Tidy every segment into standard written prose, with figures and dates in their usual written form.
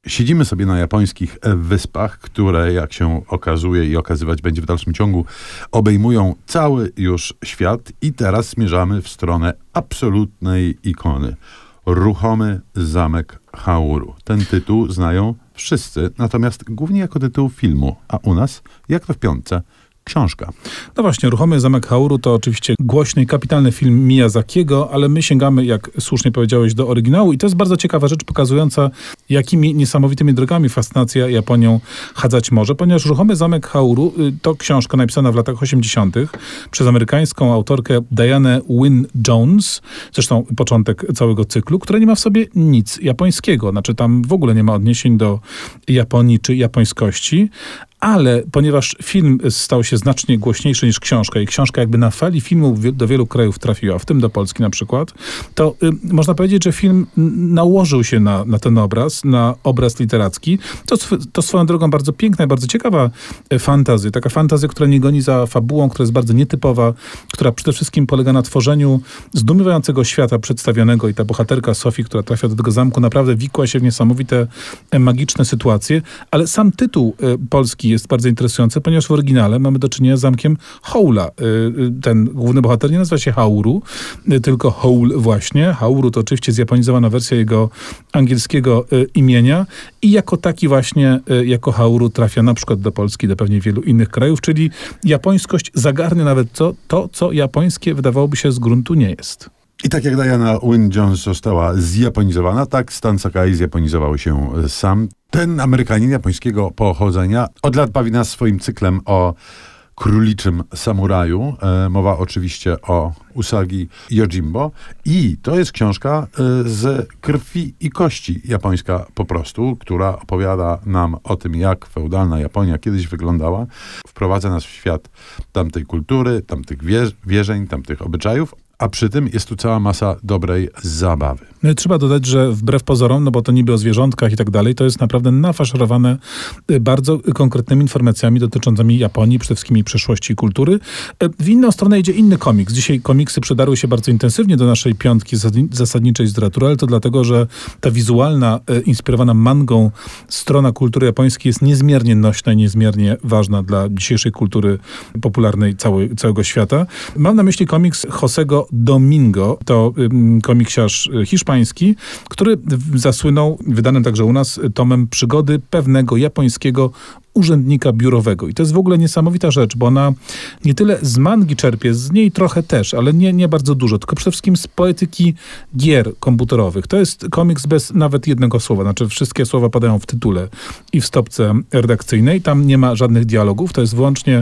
Siedzimy sobie na japońskich wyspach, które, jak się okazuje i okazywać będzie w dalszym ciągu, obejmują cały już świat i teraz zmierzamy w stronę absolutnej ikony. Ruchomy zamek Hauru. Ten tytuł znają wszyscy, natomiast głównie jako tytuł filmu, a u nas, jak to w piątce, książka. No właśnie, Ruchomy zamek Hauru to oczywiście głośny i kapitalny film Miyazakiego, ale my sięgamy, jak słusznie powiedziałeś, do oryginału i to jest bardzo ciekawa rzecz pokazująca, jakimi niesamowitymi drogami fascynacja Japonią chadzać może, ponieważ Ruchomy zamek Hauru to książka napisana w latach 80. przez amerykańską autorkę Dianę Wynne Jones, zresztą początek całego cyklu, która nie ma w sobie nic japońskiego, znaczy tam w ogóle nie ma odniesień do Japonii czy japońskości, ale ponieważ film stał się znacznie głośniejszy niż książka i książka jakby na fali filmu do wielu krajów trafiła, w tym do Polski na przykład, to można powiedzieć, że film nałożył się na ten obraz, na obraz literacki. To swoją drogą bardzo piękna i bardzo ciekawa fantazja. Taka fantazja, która nie goni za fabułą, która jest bardzo nietypowa, która przede wszystkim polega na tworzeniu zdumiewającego świata przedstawionego i ta bohaterka Sophie, która trafia do tego zamku, naprawdę wikła się w niesamowite, magiczne sytuacje, ale sam tytuł polski jest bardzo interesujący, ponieważ w oryginale mamy do czynienia z zamkiem Houla. Ten główny bohater nie nazywa się Hauru, tylko Houl właśnie. Hauru to oczywiście zjaponizowana wersja jego angielskiego imienia i jako taki właśnie, jako Hauru trafia na przykład do Polski, do pewnie wielu innych krajów, czyli japońskość zagarnia nawet to, co japońskie wydawałoby się z gruntu nie jest. I tak jak Diana Wynne Jones została zjaponizowana, tak Stan Sakai zjaponizował się sam. Ten Amerykanin japońskiego pochodzenia od lat bawi nas swoim cyklem o króliczym samuraju. Mowa oczywiście o Usagi Yojimbo. I to jest książka z krwi i kości japońska po prostu, która opowiada nam o tym, jak feudalna Japonia kiedyś wyglądała. Wprowadza nas w świat tamtej kultury, tamtych wierzeń, tamtych obyczajów. A przy tym jest tu cała masa dobrej zabawy. No i trzeba dodać, że wbrew pozorom, no bo to niby o zwierzątkach i tak dalej, to jest naprawdę nafaszerowane bardzo konkretnymi informacjami dotyczącymi Japonii, przede wszystkim jej przeszłości i kultury. W inną stronę idzie inny komiks. Dzisiaj komiksy przedarły się bardzo intensywnie do naszej piątki zasadniczej z literatury, ale to dlatego, że ta wizualna, inspirowana mangą strona kultury japońskiej jest niezmiernie nośna i niezmiernie ważna dla dzisiejszej kultury popularnej całego świata. Mam na myśli komiks Josego Domingo, to komiksiarz hiszpański, który zasłynął, wydanym także u nas, tomem przygody pewnego japońskiego urzędnika biurowego. I to jest w ogóle niesamowita rzecz, bo ona nie tyle z mangi czerpie, z niej trochę też, ale nie bardzo dużo, tylko przede wszystkim z poetyki gier komputerowych. To jest komiks bez nawet jednego słowa, znaczy wszystkie słowa padają w tytule i w stopce redakcyjnej. Tam nie ma żadnych dialogów, to jest wyłącznie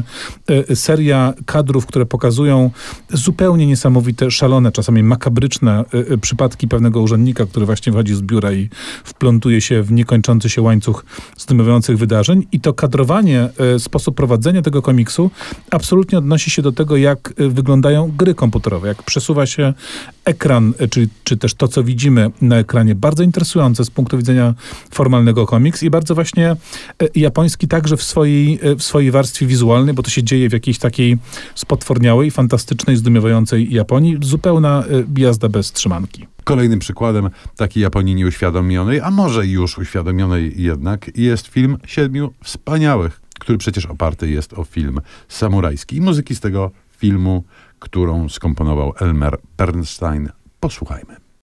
seria kadrów, które pokazują zupełnie niesamowite, szalone, czasami makabryczne przypadki pewnego urzędnika, który właśnie wychodzi z biura i wplątuje się w niekończący się łańcuch zdumiewających wydarzeń. I to kadrowanie, sposób prowadzenia tego komiksu absolutnie odnosi się do tego, jak wyglądają gry komputerowe, jak przesuwa się ekran, czy też to, co widzimy na ekranie. Bardzo interesujące z punktu widzenia formalnego komiks i bardzo właśnie japoński także w swojej warstwie wizualnej, bo to się dzieje w jakiejś takiej spotworniałej, fantastycznej, zdumiewającej Japonii. Zupełna jazda bez trzymanki. Kolejnym przykładem takiej Japonii nieuświadomionej, a może już uświadomionej jednak, jest film Siedmiu Wspaniałych, który przecież oparty jest o film samurajski i muzyki z tego filmu, którą skomponował Elmer Bernstein. Posłuchajmy.